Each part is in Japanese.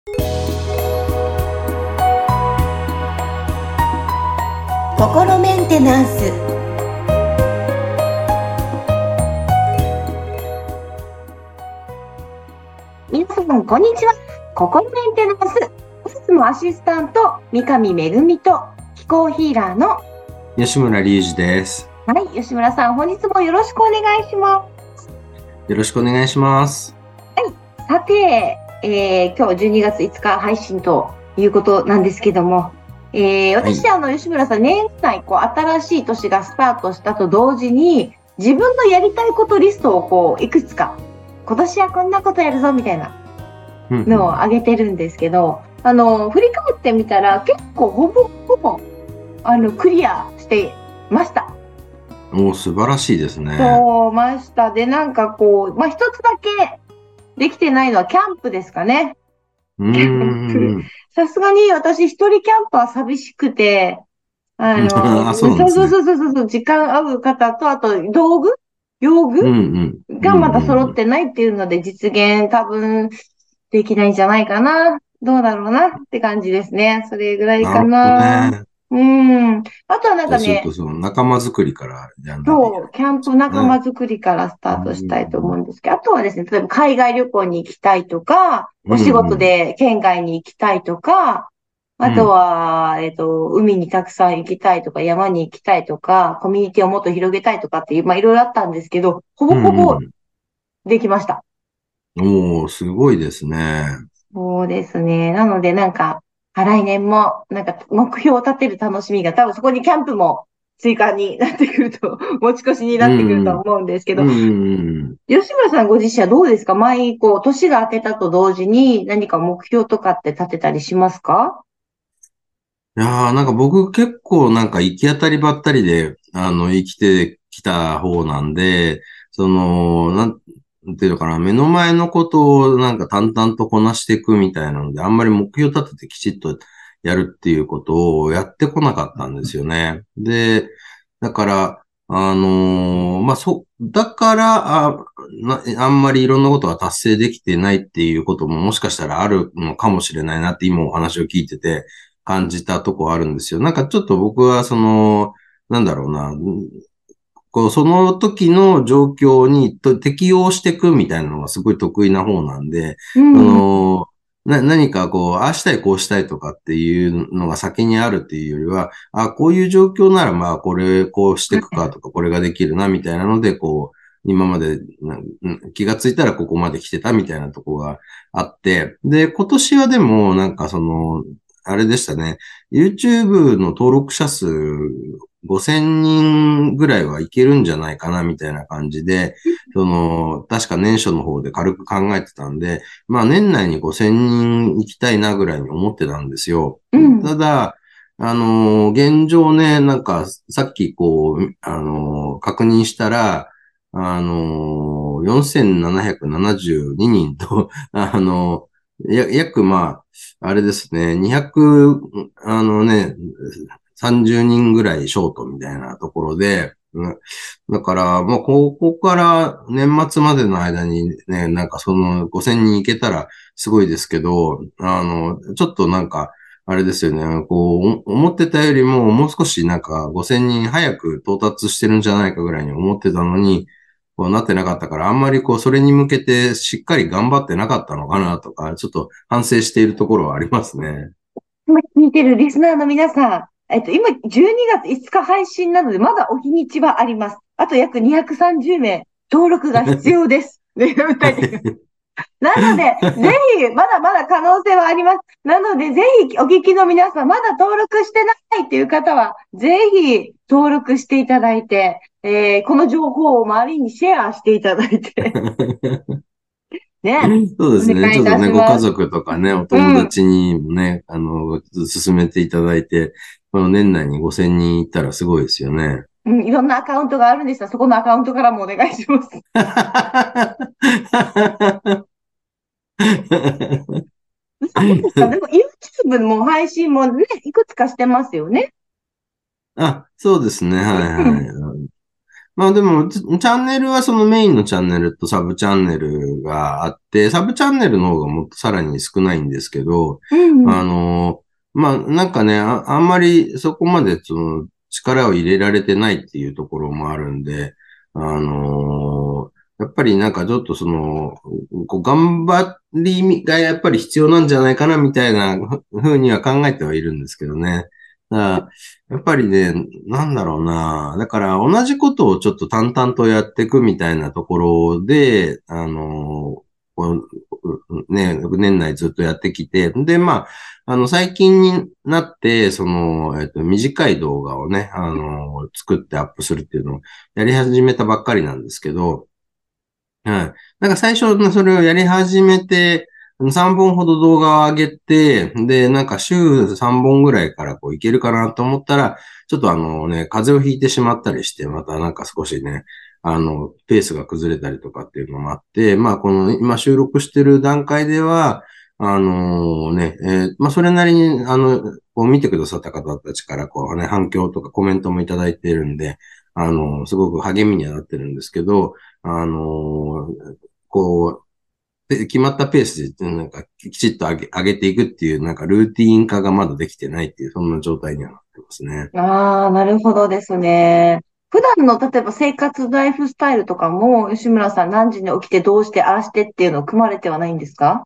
心メンテナンス。皆さんこんにちは。心メンテナンス、本日もアシスタント三上めぐみと気候ヒーラーの吉村隆二です。 はい、吉村さん、本日もよろしくお願いします。 よろしくお願いします。 はい、さて、今日12月5日配信ということなんですけども、私、吉村さん、年内新しい年がスタートしたと同時に、自分のやりたいことリストをいくつか、今年はこんなことやるぞみたいなのを上げてるんですけど、振り返ってみたら結構ほぼクリアしてました。 素晴らしいですね。 そうました。で、なんか一つだけできてないのはキャンプですかね。さすがに私一人キャンプは寂しくて、 そうなんですね。 そう、時間合う方と、あと用具がまだ揃ってないっていうので、実現多分できないんじゃないかな。どうだろうなって感じですね。それぐらいかな。 ね。 あとはなんかね、 じゃあちょっとその仲間作りからやんないといけそう、キャンプ仲間作りからスタートしたいと思うんですけど、あとはですね、例えば海外旅行に行きたいとか、お仕事で県外に行きたいとか、あとは、海にたくさん行きたいとか、山に行きたいとか、コミュニティをもっと広げたいとかっていう、いろいろあったんですけど、ほぼほぼできました。 すごいですね。 そうですね。なので来年も、目標を立てる楽しみが、多分そこにキャンプも追加になってくると、持ち越しになってくると思うんですけど、吉村さんご自身はどうですか？年が明けたと同時に何か目標とかって立てたりしますか？ いやー、僕結構行き当たりばったりで、生きてきた方なんで、なんていうのかな、目の前のことを淡々とこなしていくみたいなので、あんまり目標立ててきちっとやるっていうことをやってこなかったんですよね。で、だから、だから、あんまりいろんなことが達成できてないっていうことももしかしたらあるのかもしれないなって今お話を聞いてて、感じたとこあるんですよ。ちょっと僕はなんだろうな、その時の状況に適応していくみたいなのがすごい得意な方なんで、何かああしたいこうしたいとかっていうのが先にあるっていうよりは、こういう状況ならこうしていくかとか、これができるなみたいなので、今まで気がついたらここまで来てたみたいなとこがあって、で、今年はでもあれでしたね。YouTube の登録者数5000人ぐらいはいけるんじゃないかなみたいな感じで、確か年初の方で軽く考えてたんで、年内に5000人行きたいなぐらいに思ってたんですよ。ただ、現状ね、さっき確認したら、4772人と、約あれですね、200、30人ぐらいショートみたいなところで、だから、ここから年末までの間にね、その5000人行けたらすごいですけど、ちょっとあれですよね、思ってたよりももう少し5000人早く到達してるんじゃないかぐらいに思ってたのに、なってなかったから、あんまりそれに向けてしっかり頑張ってなかったのかなとか、ちょっと反省しているところはありますね。 今聞いてるリスナーの皆さん、今12月5日配信なので、まだお日にちはあります。あと約230名登録が必要です。なので、ぜひ、まだまだ可能性はあります。なので、ぜひ、お聞きの皆さん、まだ登録してないっていう方は、ぜひ、登録していただいて、この情報を周りにシェアしていただいて、ね、 そうですね。 お願いいちょっとね、ご家たします。 族とかね、お友うん。 達にもね、進めていただいて、この年内に5000人いったらすごいですよね。 うん、いろんなアカウントがあるんですが、そこのアカウントからもお願いします。そうですか。でも YouTube も配信もね、いくつかしてますよね。 そうですね。はいうん。 はい。 まあでも、チャンネルはそのメインのチャンネルとサブチャンネルがあって、サブチャンネルの方がもっとさらに少ないんですけど、 うんうん。 あの、まあなんかね、あんまりそこまでその力を入れられてないっていうところもあるんで、やっぱりなんかちょっとその、こう頑張りがやっぱり必要なんじゃないかなみたいなふうには考えてはいるんですけどね。だからやっぱりね、なんだろうな。だから同じことをちょっと淡々とやっていくみたいなところで、こね、年内ずっとやってきて、で、まあ、最近になって、その、短い動画をね、作ってアップするっていうのをやり始めたばっかりなんですけど、はい。なんか最初、それをやり始めて、3本ほど動画を上げて、で、なんか週3本ぐらいからこういけるかなと思ったら、ちょっと風邪をひいてしまったりして、またなんか少しね、ペースが崩れたりとかっていうのもあって、まあこの今収録してる段階では、まあそれなりに、こう見てくださった方たちからこうね、反響とかコメントもいただいているんで、すごく励みにはなってるんですけど、こう、で決まったペースで、なんか、きちっと上げていくっていう、なんか、ルーティーン化がまだできてないっていう、そんな状態にはなってますね。 ああ、なるほどですね。普段の、例えば生活ライフスタイルとかも、吉村さん何時に起きてどうしてああしてっていうのを組まれてはないんですか？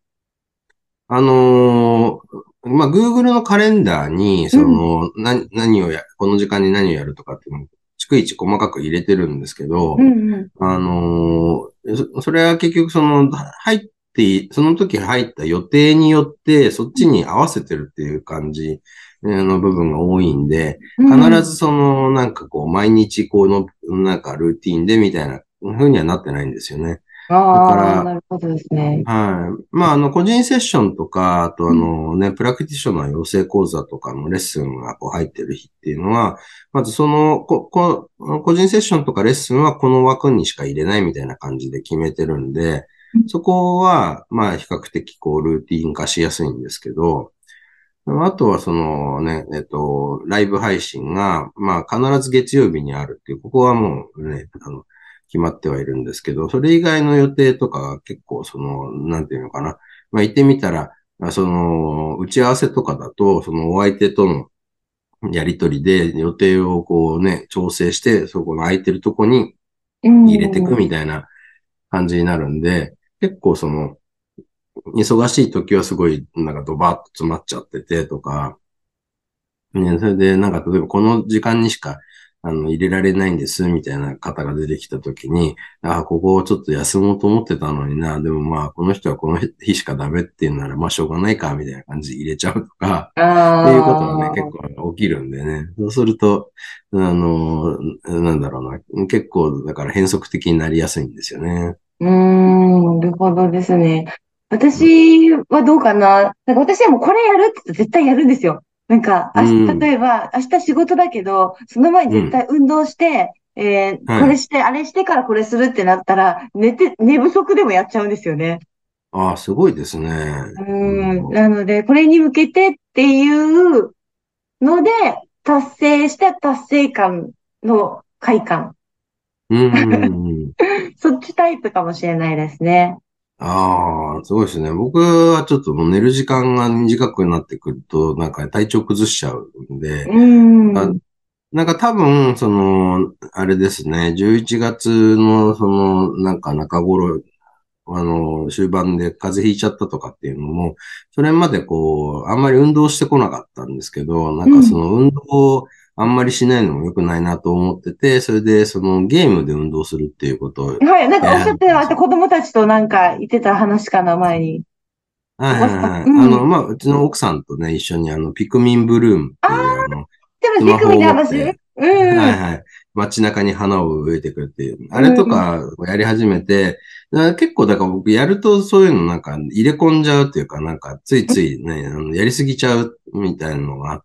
まあ、Google のカレンダーに、 うん。 何をこの時間に何をやるとかっていうのを、逐一細かく入れてるんですけど、 うんうん。 それは結局その時入った予定によって、そっちに合わせてるっていう感じの部分が多いんで、必うんうん。 ずその、なんかこう、毎日この、なんかルーティンでみたいな風にはなってないんですよね。だかああ、 ら、 なるほどですね。 はい。まあ、個人セッションとか、あとうん。 プラクティショナー養成講座とかのレッスンがこう入ってる日っていうのは、まずその、個人セッションとかレッスンはこの枠にしか入れないみたいな感じで決めてるんで、そこは、まあ、比較的こう、ルーティン化しやすいんですけど、あとはそのね、ライブ配信が、まあ必ず月曜日にあるっていう、ここはもうね、決まってはいるんですけど、それ以外の予定とかが結構その、なんていうのかな。まあ言ってみたら、その、打ち合わせとかだと、そのお相手とのやりとりで予定をこうね、調整して、そこの空いてるとこにう入れていくん。 みたいな感じになるんで、結構その、忙しい時はすごい、なんかドバーッと詰まっちゃっててとか、ね、それで、なんか、例えばこの時間にしか、入れられないんです、みたいな方が出てきたときに、ああ、ここをちょっと休もうと思ってたのにな、でもまあ、この人はこの日しかダメっていうなら、まあ、しょうがないか、みたいな感じで入れちゃうとか、っていうことはね、結ああ、 構起きるんでね。そうすると、なんだろうな、結構、だから変則的になりやすいんですよね。 なるほどですね。私はどうかな。なんか私はもうこれやるって言ったら絶対やるんですよ。なんか、 うん、 例えば、明日仕事だけど、その前にうん、 絶対運動して、こはい。 れして、あれしてからこれするってなったら、寝不足でもやっちゃうんですよね。 ああ、すごいですね。 なので、これに向けてっていうので、達成した達成感の快感。 うん、うん、 そっちタイプかもしれないですね。 ああ、すごいですね。僕はちょっともう寝る時間が短くなってくると、なんか体調崩しちゃうんで、 うーん。 あ、なんか多分、その、あれですね、11月のその、なんか中頃、終盤で風邪ひいちゃったとかっていうのも、それまでこう、あんまり運動してこなかったんですけど、なんかそうん。 の運動をあんまりしないのも良くないなと思ってて、それでそのゲームで運動するっていうことをはい。なんかやりおっしゃってた、 始めたんですよ。 あと子供たちとなんか言ってた話かな、前に。 はいはいはい。 うん。 まあ、うちの奥さんとね、一緒にピクミンブルームっああ、 ていうでもピクミスマホをンの話。 持って、 うん。 はいはい。街中に花を植えてくるっていう。あれうん。 とかやり始めて、結構だから僕やるとそういうのなんか入れ込んじゃうっていうか、なんかついついね、やりすぎちゃうみたいなのがあって、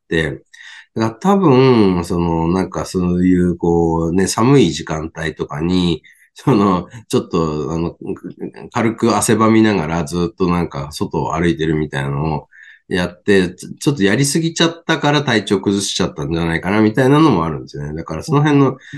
だから多分、そのなんかそういうこうね、寒い時間帯とかに、ちょっと、軽く汗ばみながらずっとなんか外を歩いてるみたいなのをやって、ちょっとやりすぎちゃったから体調崩しちゃったんじゃないかなみたいなのもあるんですよね。だからその辺のうん。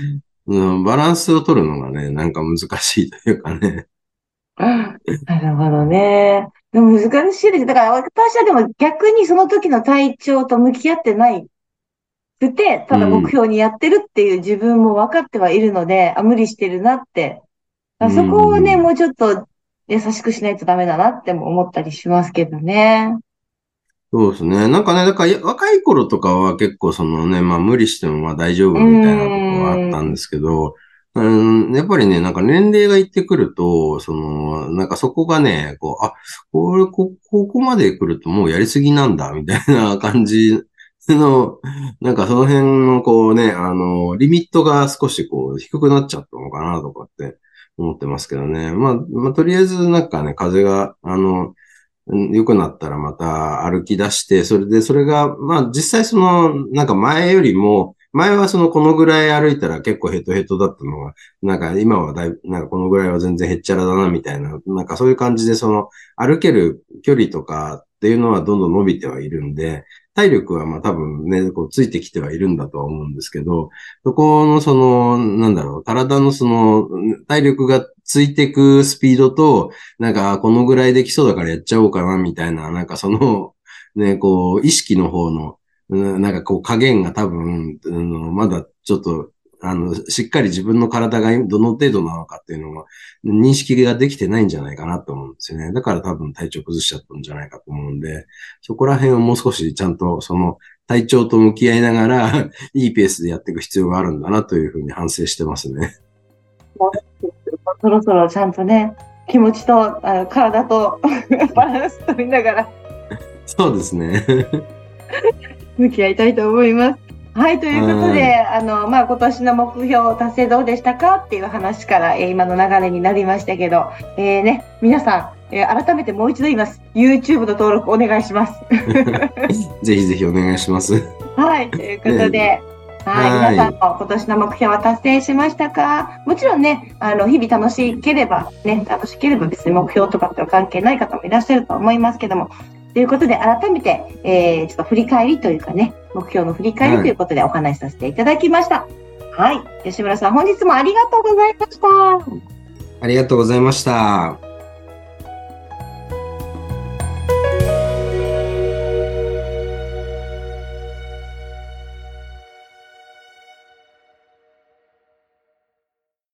バランスを取るのがね、なんか難しいというかね。 なるほどね。でも難しいです。だから私はでも逆にその時の体調と向き合ってないくて、ただ目うん。 標にやってるっていう自分も分かってはいるので、無理してるなって。 うそこをね、 ん。 もうちょっと優しくしないとダメだなっても思ったりしますけどね。 そうですね。なんかね、だから若い頃とかは結構そのね、まあ無理してもまあ大丈う夫みたいなところはあったんでーん。 すけど、やっぱりね、なんか年齢がいってくると、なんかそこがね、ここまで来るともうやりすぎなんだ、みたいな感じの、なんかその辺のこうね、リミットが少しこう低くなっちゃったのかなとかって思ってますけどね。まあとりあえずなんかね、風が、良くなったらまた歩き出して、それが、まあ実際なんか前よりも、前はこのぐらい歩いたら結構ヘトヘトだったのが、なんか今はなんかこのぐらいは全然へっちゃらだなみたいな、なんかそういう感じで歩ける距離とかっていうのはどんどん伸びてはいるんで、体力はまあ多分ね、こうついてきてはいるんだとは思うんですけど、そこのなんだろう、体の体力がついていくスピードと、なんか、このぐらいできそうだからやっちゃおうかな、みたいな、なんかね、こう、意識の方の、なんかこう、加減が多分、まだちょっと、しっかり自分の体がどの程度なのかっていうのが、認識ができてないんじゃないかなと思うんですよね。だから多分体調崩しちゃったんじゃないかと思うんで、そこら辺をもう少しちゃんと、体調と向き合いながら、いいペースでやっていく必要があるんだなというふうに反省してますね。 もうそろそろちゃんとね、気持ちと体とバランス取りながらそうですね。 向き合いたいと思います。はい、ということで、 はい。 今年の目標達成どうでしたかっていう話から、今の流れになりましたけど、皆さん、改めてもう一度言います。YouTube の登録お願いします。 ぜひぜひお願いします。 はい、ということね、 で、はい、皆さんはい。 も今年の目標は達成しましたか？もちろんね、日々楽しければ別に目標とかっては関係ない方もいらっしゃると思いますけども、ということで改めて、ちょっと振り返りというかね、目標の振り返りはい。 ということでお話しさせていただきました。はい、吉村さん本日もありがとうございました。 ありがとうございました。